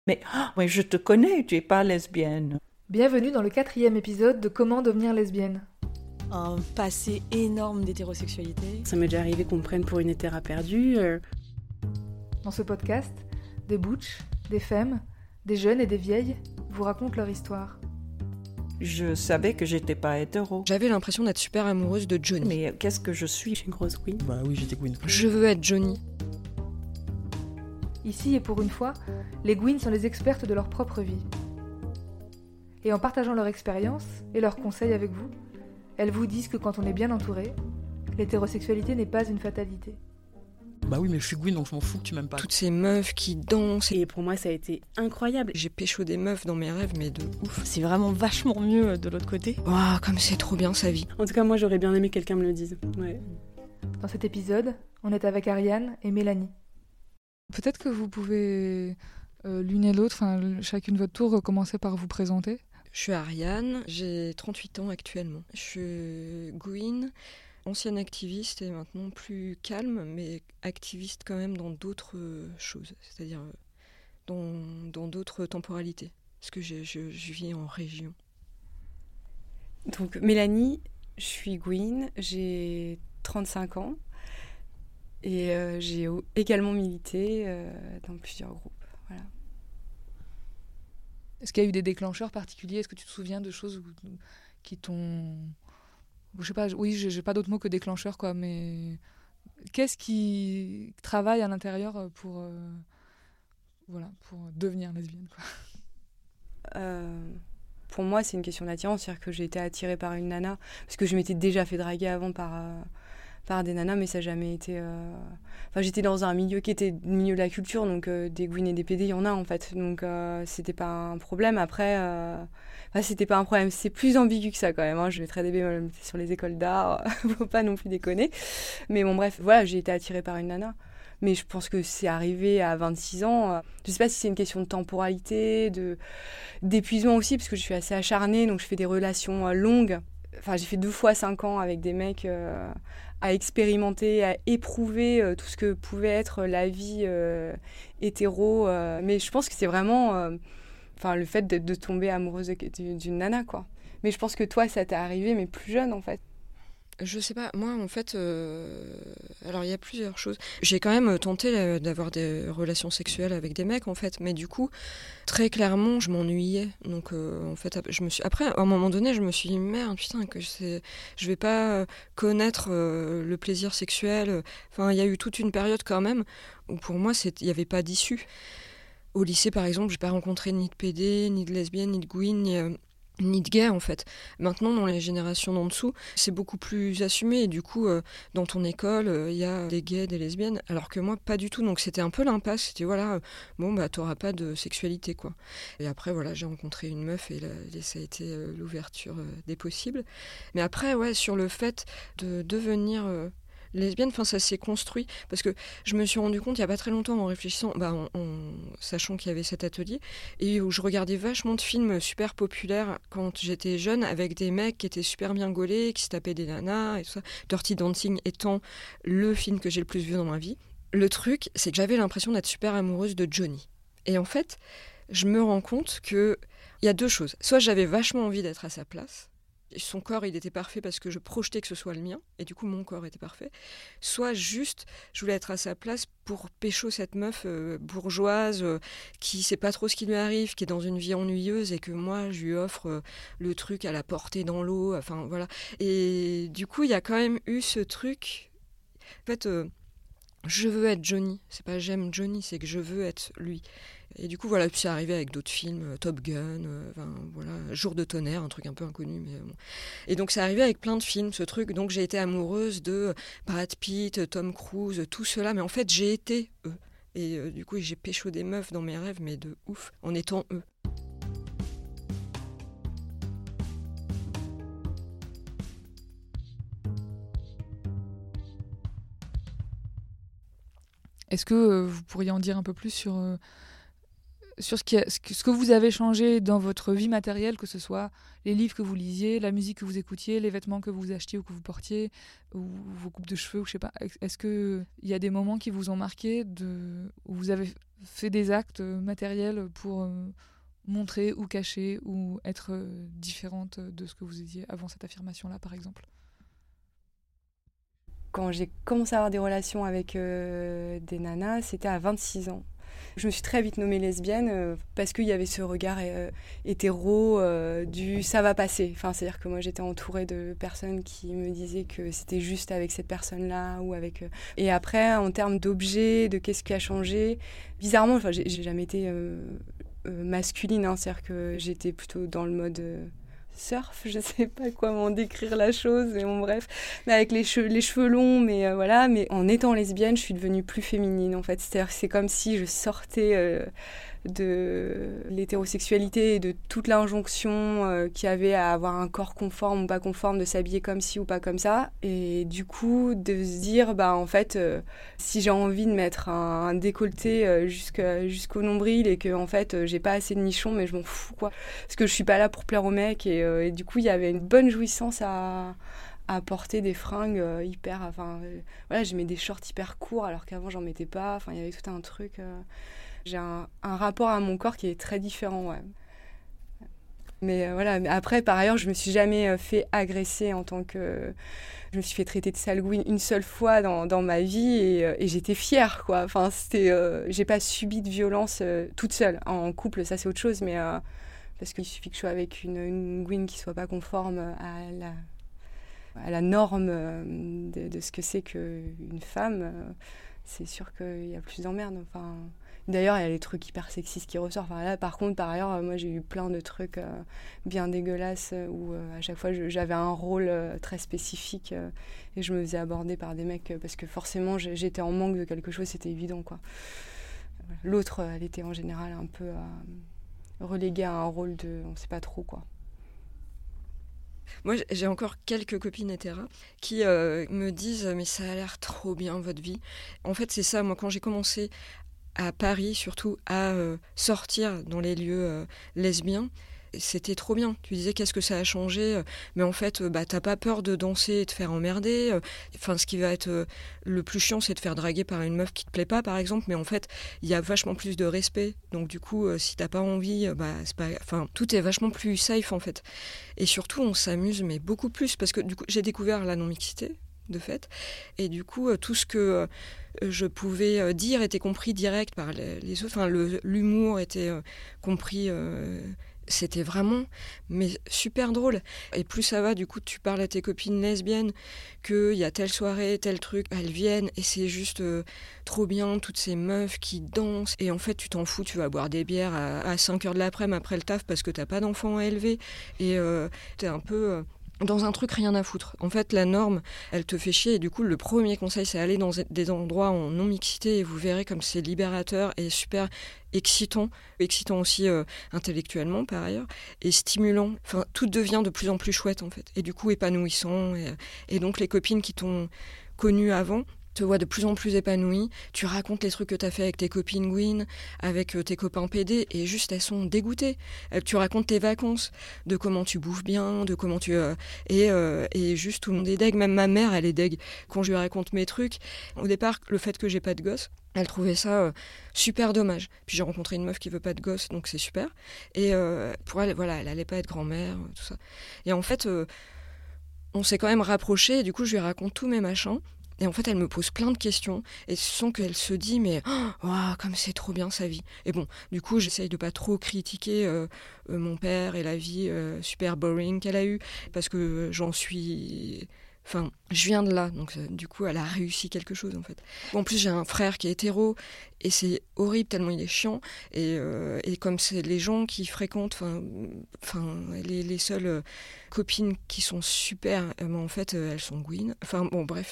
Mais je te connais, tu es pas lesbienne. Bienvenue dans le 4e épisode de Comment devenir lesbienne. Un passé énorme d'hétérosexualité. Ça m'est déjà arrivé qu'on me prenne pour une hétéra perdue. Dans ce podcast, des butch, des femmes, des jeunes et des vieilles vous racontent leur histoire. Je savais que j'étais pas hétéro. J'avais l'impression d'être super amoureuse de Johnny. Mais qu'est-ce que je suis? Je suis une grosse queen. Bah oui, j'étais queen. Je veux être Johnny. Ici et pour une fois, les Gwyn sont les expertes de leur propre vie. Et en partageant leur expérience et leurs conseils avec vous, elles vous disent que quand on est bien entouré, l'hétérosexualité n'est pas une fatalité. Bah oui, mais je suis Gwyn, donc je m'en fous que tu m'aimes pas. Toutes ces meufs qui dansent. Et pour moi, ça a été incroyable. J'ai pécho des meufs dans mes rêves, mais de ouf. C'est vraiment vachement mieux de l'autre côté. Waouh, comme c'est trop bien sa vie. En tout cas, moi, j'aurais bien aimé que quelqu'un me le dise. Ouais. Dans cet épisode, on est avec Ariane et Mélanie. Peut-être que vous pouvez, l'une et l'autre, chacune votre tour, commencer par vous présenter. Je suis Ariane, j'ai 38 ans actuellement. Je suis Gwyn, ancienne activiste et maintenant plus calme, mais activiste quand même dans d'autres choses, c'est-à-dire dans d'autres temporalités, parce que je vis en région. Donc, Mélanie, je suis Gwyn, j'ai 35 ans et j'ai également milité dans plusieurs groupes. Voilà. Est-ce qu'il y a eu des déclencheurs particuliers ? Est-ce que tu te souviens de choses qui t'ont... Je sais pas, oui, j'ai pas d'autre mot que déclencheur, quoi, mais qu'est-ce qui travaille à l'intérieur pour devenir lesbienne, quoi ? Pour moi, c'est une question d'attirance, c'est-à-dire que j'ai été attirée par une nana, parce que je m'étais déjà fait draguer avant par des nanas, mais ça n'a jamais été... Enfin, j'étais dans un milieu qui était le milieu de la culture, donc des Gwyn et des PD, il y en a en fait, donc c'était pas un problème. Après, c'était pas un problème, c'est plus ambigu que ça quand même, hein. Je mettrais des bémols sur les écoles d'art, faut pas non plus déconner. Mais bon, bref, voilà, j'ai été attirée par une nana. Mais je pense que c'est arrivé à 26 ans. Je sais pas si c'est une question de temporalité, d'épuisement aussi, parce que je suis assez acharnée, donc je fais des relations longues. Enfin, j'ai fait 2 fois 5 ans avec des mecs à expérimenter, à éprouver tout ce que pouvait être la vie hétéro. Mais je pense que c'est vraiment le fait de tomber amoureuse d'une nana, quoi. Mais je pense que toi, ça t'est arrivé, mais plus jeune, en fait. Je sais pas, moi en fait, alors il y a plusieurs choses. J'ai quand même tenté d'avoir des relations sexuelles avec des mecs en fait, mais du coup, très clairement, je m'ennuyais. Donc en fait, après, à un moment donné, je me suis dit, merde, putain, je vais pas connaître le plaisir sexuel. Enfin, il y a eu toute une période quand même où pour moi, il n'y avait pas d'issue. Au lycée, par exemple, j'ai pas rencontré ni de PD, ni de lesbienne, ni de Gwyn, ni de gay en fait. Maintenant, dans les générations d'en dessous, c'est beaucoup plus assumé et du coup, dans ton école, il y a des gays, des lesbiennes, alors que moi, pas du tout. Donc c'était un peu l'impasse, c'était t'auras pas de sexualité quoi. Et après, voilà, j'ai rencontré une meuf et ça a été l'ouverture des possibles. Mais après, ouais, sur le fait de devenir... lesbienne, ça s'est construit parce que je me suis rendu compte il y a pas très longtemps en réfléchissant, en sachant qu'il y avait cet atelier et où je regardais vachement de films super populaires quand j'étais jeune avec des mecs qui étaient super bien gaulés, qui se tapaient des nanas et tout ça. Dirty Dancing étant le film que j'ai le plus vu dans ma vie. Le truc, c'est que j'avais l'impression d'être super amoureuse de Johnny. Et en fait, je me rends compte que il y a 2 choses. Soit j'avais vachement envie d'être à sa place. Son corps, il était parfait parce que je projetais que ce soit le mien, et du coup, mon corps était parfait. Soit juste, je voulais être à sa place pour pécho cette meuf bourgeoise qui sait pas trop ce qui lui arrive, qui est dans une vie ennuyeuse, et que moi, je lui offre le truc à la porter dans l'eau, enfin, voilà. Et du coup, il y a quand même eu ce truc... En fait, je veux être Johnny. C'est pas j'aime Johnny, c'est que je veux être lui. Et du coup, voilà, puis c'est arrivé avec d'autres films, Top Gun, Jour de tonnerre, un truc un peu inconnu, mais bon. Et donc, c'est arrivé avec plein de films, ce truc. Donc, j'ai été amoureuse de Brad Pitt, Tom Cruise, tout cela, mais en fait, j'ai été eux. Et du coup, j'ai pécho des meufs dans mes rêves, mais de ouf, en étant eux. Est-ce que vous pourriez en dire un peu plus sur ce que vous avez changé dans votre vie matérielle, que ce soit les livres que vous lisiez, la musique que vous écoutiez, les vêtements que vous achetiez ou que vous portiez, ou vos coupes de cheveux, ou je sais pas. Est-ce qu'il y a des moments qui vous ont marqué où vous avez fait des actes matériels pour montrer ou cacher ou être différente de ce que vous étiez avant cette affirmation-là, par exemple? Quand j'ai commencé à avoir des relations avec des nanas, c'était à 26 ans. Je me suis très vite nommée lesbienne parce qu'il y avait ce regard hétéro du ça va passer. Enfin, c'est-à-dire que moi j'étais entourée de personnes qui me disaient que c'était juste avec cette personne-là ou avec. Et après, en termes d'objets, de qu'est-ce qui a changé, bizarrement, enfin, j'ai jamais été masculine, hein, c'est-à-dire que j'étais plutôt dans le mode. Surf, je sais pas comment décrire la chose, mais bon bref, mais avec les cheveux longs, mais voilà, mais en étant lesbienne, je suis devenue plus féminine en fait, c'est-à-dire que c'est comme si je sortais de l'hétérosexualité et de toute l'injonction qu'il y avait à avoir un corps conforme ou pas conforme, de s'habiller comme ci ou pas comme ça, et du coup de se dire, bah en fait, si j'ai envie de mettre un décolleté jusqu'au nombril et que en fait j'ai pas assez de nichons, mais je m'en fous quoi, parce que je suis pas là pour plaire aux mecs, et du coup il y avait une bonne jouissance à porter des fringues hyper, enfin voilà, je mets des shorts hyper courts alors qu'avant j'en mettais pas, enfin il y avait tout un truc. J'ai un rapport à mon corps qui est très différent, ouais. Mais voilà, mais après, par ailleurs, je me suis jamais fait agresser en tant que. Je me suis fait traiter de sale gouine une seule fois dans ma vie, et j'étais fière, quoi. Enfin, c'était. J'ai pas subi de violence toute seule. En couple, ça c'est autre chose, mais parce qu'il suffit que je sois avec une gouine qui soit pas conforme à la norme de ce que c'est qu'une femme, c'est sûr qu'il y a plus d'emmerdes. Enfin. D'ailleurs, il y a les trucs hyper sexistes qui ressortent. Enfin, là, par contre, par ailleurs, moi, j'ai eu plein de trucs bien dégueulasses où à chaque fois, j'avais un rôle très spécifique et je me faisais aborder par des mecs parce que forcément, j'étais en manque de quelque chose, c'était évident, quoi. L'autre, elle était en général un peu reléguée à un rôle de... On ne sait pas trop, quoi. Moi, j'ai encore quelques copines hétéras qui me disent « mais ça a l'air trop bien, votre vie ». En fait, c'est ça, moi, quand j'ai commencé à Paris, surtout, à sortir dans les lieux lesbiens, c'était trop bien. Tu disais qu'est-ce que ça a changé, mais en fait, t'as pas peur de danser et de te faire emmerder. Enfin, ce qui va être le plus chiant, c'est de faire draguer par une meuf qui te plaît pas, par exemple. Mais en fait, il y a vachement plus de respect. Donc du coup, si t'as pas envie, c'est pas. Enfin, tout est vachement plus safe en fait. Et surtout, on s'amuse, mais beaucoup plus, parce que du coup, j'ai découvert la non-mixité de fait, et du coup, tout ce que je pouvais dire était compris direct par les autres. Enfin, l'humour était compris. C'était vraiment mais super drôle. Et plus ça va, du coup, tu parles à tes copines lesbiennes qu'il y a telle soirée, tel truc, elles viennent et c'est juste trop bien, toutes ces meufs qui dansent. Et en fait, tu t'en fous, tu vas boire des bières à 5h de l'après-midi après le taf parce que t'as pas d'enfants à élever. Et t'es un peu... dans un truc rien à foutre. En fait, la norme, elle te fait chier. Et du coup, le premier conseil, c'est aller dans des endroits en non-mixité et vous verrez comme c'est libérateur et super excitant. Excitant aussi intellectuellement, par ailleurs, et stimulant. Enfin, tout devient de plus en plus chouette, en fait. Et du coup, épanouissant. Et donc, les copines qui t'ont connu avant te vois de plus en plus épanouie, tu racontes les trucs que t'as fait avec tes copines Gwyn, avec tes copains PD, et juste elles sont dégoûtées. Tu racontes tes vacances, de comment tu bouffes bien, de comment tu... et juste tout le monde est deg, même ma mère elle est deg. Quand je lui raconte mes trucs, au départ, le fait que j'ai pas de gosse, elle trouvait ça super dommage. Puis j'ai rencontré une meuf qui veut pas de gosse, donc c'est super. Et pour elle, voilà, elle allait pas être grand-mère, tout ça. Et en fait, on s'est quand même rapprochés, et du coup je lui raconte tous mes machins. Et en fait, elle me pose plein de questions. Et ce sont qu'elle se dit, mais comme c'est trop bien sa vie. Et bon, du coup, j'essaye de pas trop critiquer mon père et la vie super boring qu'elle a eue. Parce que j'en suis... Enfin, je viens de là, donc du coup, elle a réussi quelque chose, en fait. En plus, j'ai un frère qui est hétéro, et c'est horrible tellement il est chiant. Et comme c'est les gens qui fréquentent, les seules copines qui sont super, en fait, elles sont Gwyn. Enfin, bon, bref.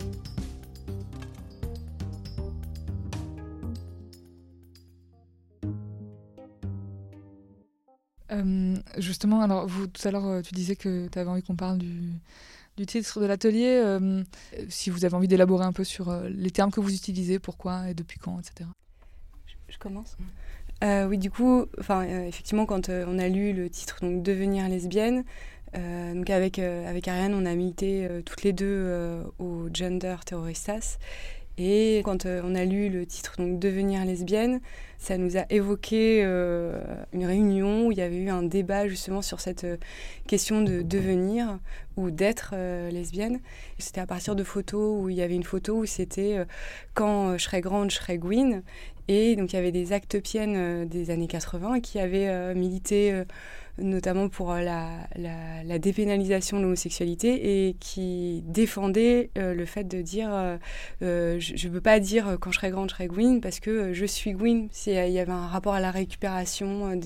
Justement, alors, tout à l'heure, tu disais que tu avais envie qu'on parle du titre de l'atelier, si vous avez envie d'élaborer un peu sur les termes que vous utilisez, pourquoi et depuis quand, etc. Je commence. Oui, du coup, effectivement, quand on a lu le titre, donc Devenir lesbienne, donc avec Ariane, on a milité toutes les deux au Gender Terroristas. Et quand on a lu le titre, donc Devenir lesbienne, ça nous a évoqué une réunion où il y avait eu un débat justement sur cette question de devenir ou d'être lesbienne. Et c'était à partir de photos où il y avait une photo où c'était quand je serai grande, je serai Gwyn. Et donc il y avait des actepiennes des années 80 qui avaient milité notamment pour la dépénalisation de l'homosexualité et qui défendait le fait de dire je ne peux pas dire quand je serai grande, je serai Gwyn parce que je suis Gwyn. Il y avait un rapport à la récupération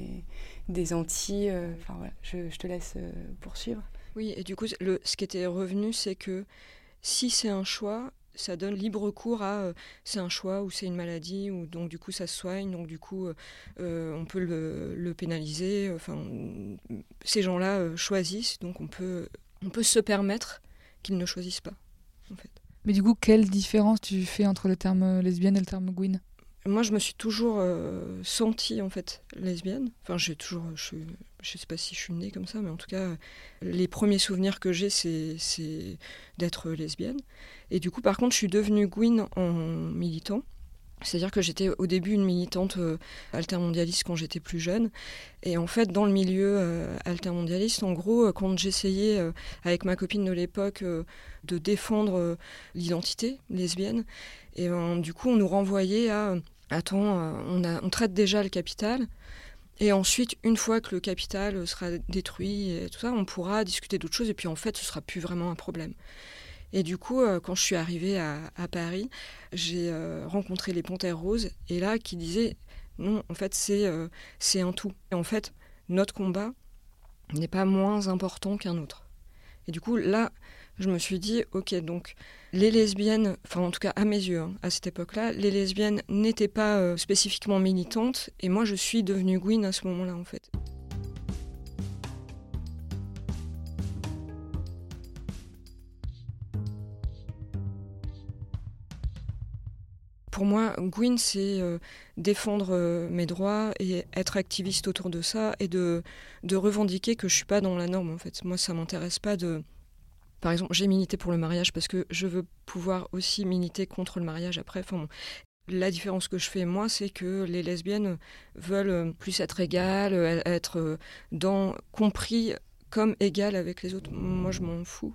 des Antilles. Enfin, voilà, je te laisse poursuivre. Oui, et du coup, ce qui était revenu, c'est que si c'est un choix, ça donne libre cours à c'est un choix ou c'est une maladie, ou donc du coup ça se soigne, donc du coup on peut le pénaliser. Enfin, ces gens-là choisissent, donc on peut se permettre qu'ils ne choisissent pas, en fait. Mais du coup, quelle différence tu fais entre le terme lesbienne et le terme Gwyn ? Moi, je me suis toujours sentie en fait lesbienne. Enfin, je sais pas si je suis née comme ça, mais en tout cas, les premiers souvenirs que j'ai, c'est d'être lesbienne. Et du coup, par contre, je suis devenue Gwyn en militant. C'est-à-dire que j'étais au début une militante altermondialiste quand j'étais plus jeune. Et en fait, dans le milieu altermondialiste, en gros, quand j'essayais avec ma copine de l'époque de défendre l'identité lesbienne, et du coup, on nous renvoyait à attends, on traite déjà le capital. Et ensuite, une fois que le capital sera détruit et tout ça, on pourra discuter d'autres choses. Et puis en fait, ce sera plus vraiment un problème. Et du coup, quand je suis arrivée à Paris, j'ai rencontré les Panthères Roses, et là, qui disaient non, en fait, c'est un tout. Et en fait, notre combat n'est pas moins important qu'un autre. Et du coup, là, je me suis dit, ok, donc les lesbiennes, enfin en tout cas à mes yeux, à cette époque-là, les lesbiennes n'étaient pas spécifiquement militantes, et moi, je suis devenue Gwyn à ce moment-là, en fait. Pour moi, Gwyn, c'est défendre mes droits et être activiste autour de ça et de revendiquer que je ne suis pas dans la norme, en fait. Moi, ça ne m'intéresse pas de... Par exemple, j'ai milité pour le mariage parce que je veux pouvoir aussi militer contre le mariage après. Enfin, bon. La différence que je fais, moi, c'est que les lesbiennes veulent plus être égales, être compris comme égales avec les autres. Moi, je m'en fous.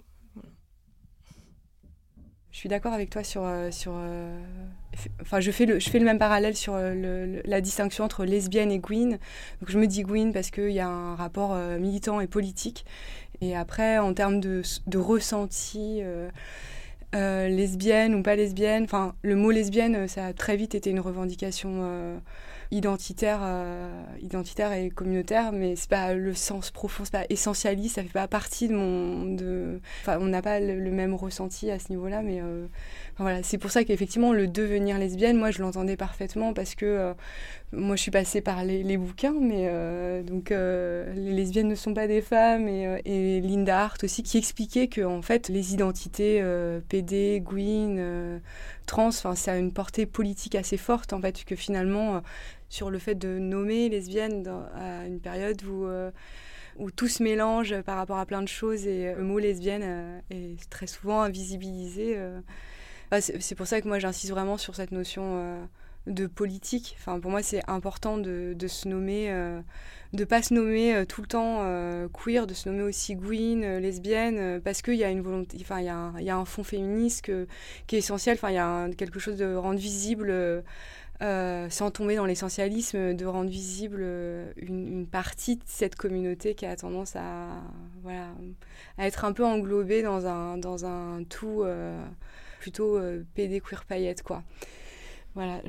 Je suis d'accord avec toi sur enfin, je fais le même parallèle sur la distinction entre lesbienne et Gwyn. Donc je me dis Gwyn parce qu'il y a un rapport militant et politique. Et après, en termes de ressenti, lesbienne ou pas lesbienne, enfin, le mot lesbienne, ça a très vite été une revendication identitaire et communautaire, mais c'est pas le sens profond, c'est pas essentialiste, ça fait pas partie enfin, on n'a pas le même ressenti à ce niveau-là, mais voilà, c'est pour ça qu'effectivement le devenir lesbienne, moi je l'entendais parfaitement parce que moi je suis passée par les bouquins, mais donc les lesbiennes ne sont pas des femmes, et Linda Hart aussi qui expliquait que en fait les identités PD, Gwyn, trans, enfin ça a une portée politique assez forte en fait, que finalement sur le fait de nommer lesbienne à une période où tout se mélange par rapport à plein de choses, et le mot lesbienne est très souvent invisibilisé. C'est pour ça que moi j'insiste vraiment sur cette notion de politique. Enfin, pour moi c'est important de se nommer, de pas se nommer tout le temps queer, de se nommer aussi Gwyn, lesbienne, parce qu'il y a une volonté, enfin il y a un fond féministe qui est essentiel. Enfin il y a quelque chose de rendre visible. Sans tomber dans l'essentialisme, de rendre visible une partie de cette communauté qui a tendance à être un peu englobée dans un tout plutôt PD queer paillette, quoi. Voilà,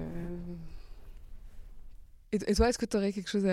Et toi, est-ce que tu aurais quelque chose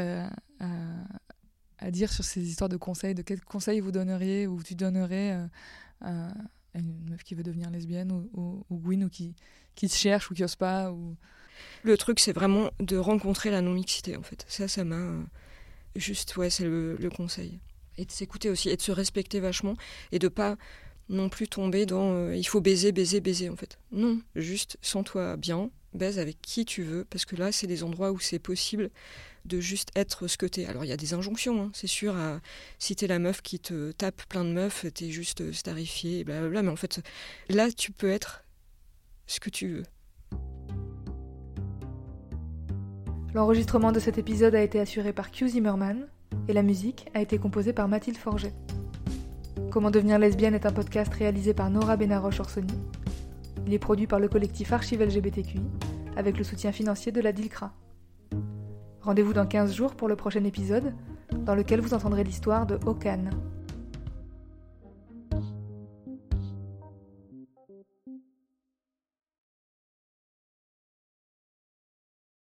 à dire sur ces histoires de conseils? De quels conseils vous donneriez, ou tu donnerais à une meuf qui veut devenir lesbienne ou Gwyn, ou qui se cherche ou qui n'ose pas Le truc, c'est vraiment de rencontrer la non-mixité, en fait. Ça m'a... Juste, ouais, c'est le conseil. Et de s'écouter aussi, et de se respecter vachement, et de pas non plus tomber dans il faut baiser, en fait. Non, juste sens-toi bien, baise avec qui tu veux, parce que là, c'est des endroits où c'est possible de juste être ce que t'es. Alors, il y a des injonctions, c'est sûr, si t'es la meuf qui te tape plein de meufs, t'es juste starifiée, blablabla, mais en fait, là, tu peux être ce que tu veux. L'enregistrement de cet épisode a été assuré par Q Zimmerman et la musique a été composée par Mathilde Forget. Comment devenir lesbienne est un podcast réalisé par Nora Benaroche-Orsoni. Il est produit par le collectif Archives LGBTQI avec le soutien financier de la DILCRA. Rendez-vous dans 15 jours pour le prochain épisode dans lequel vous entendrez l'histoire de Okan.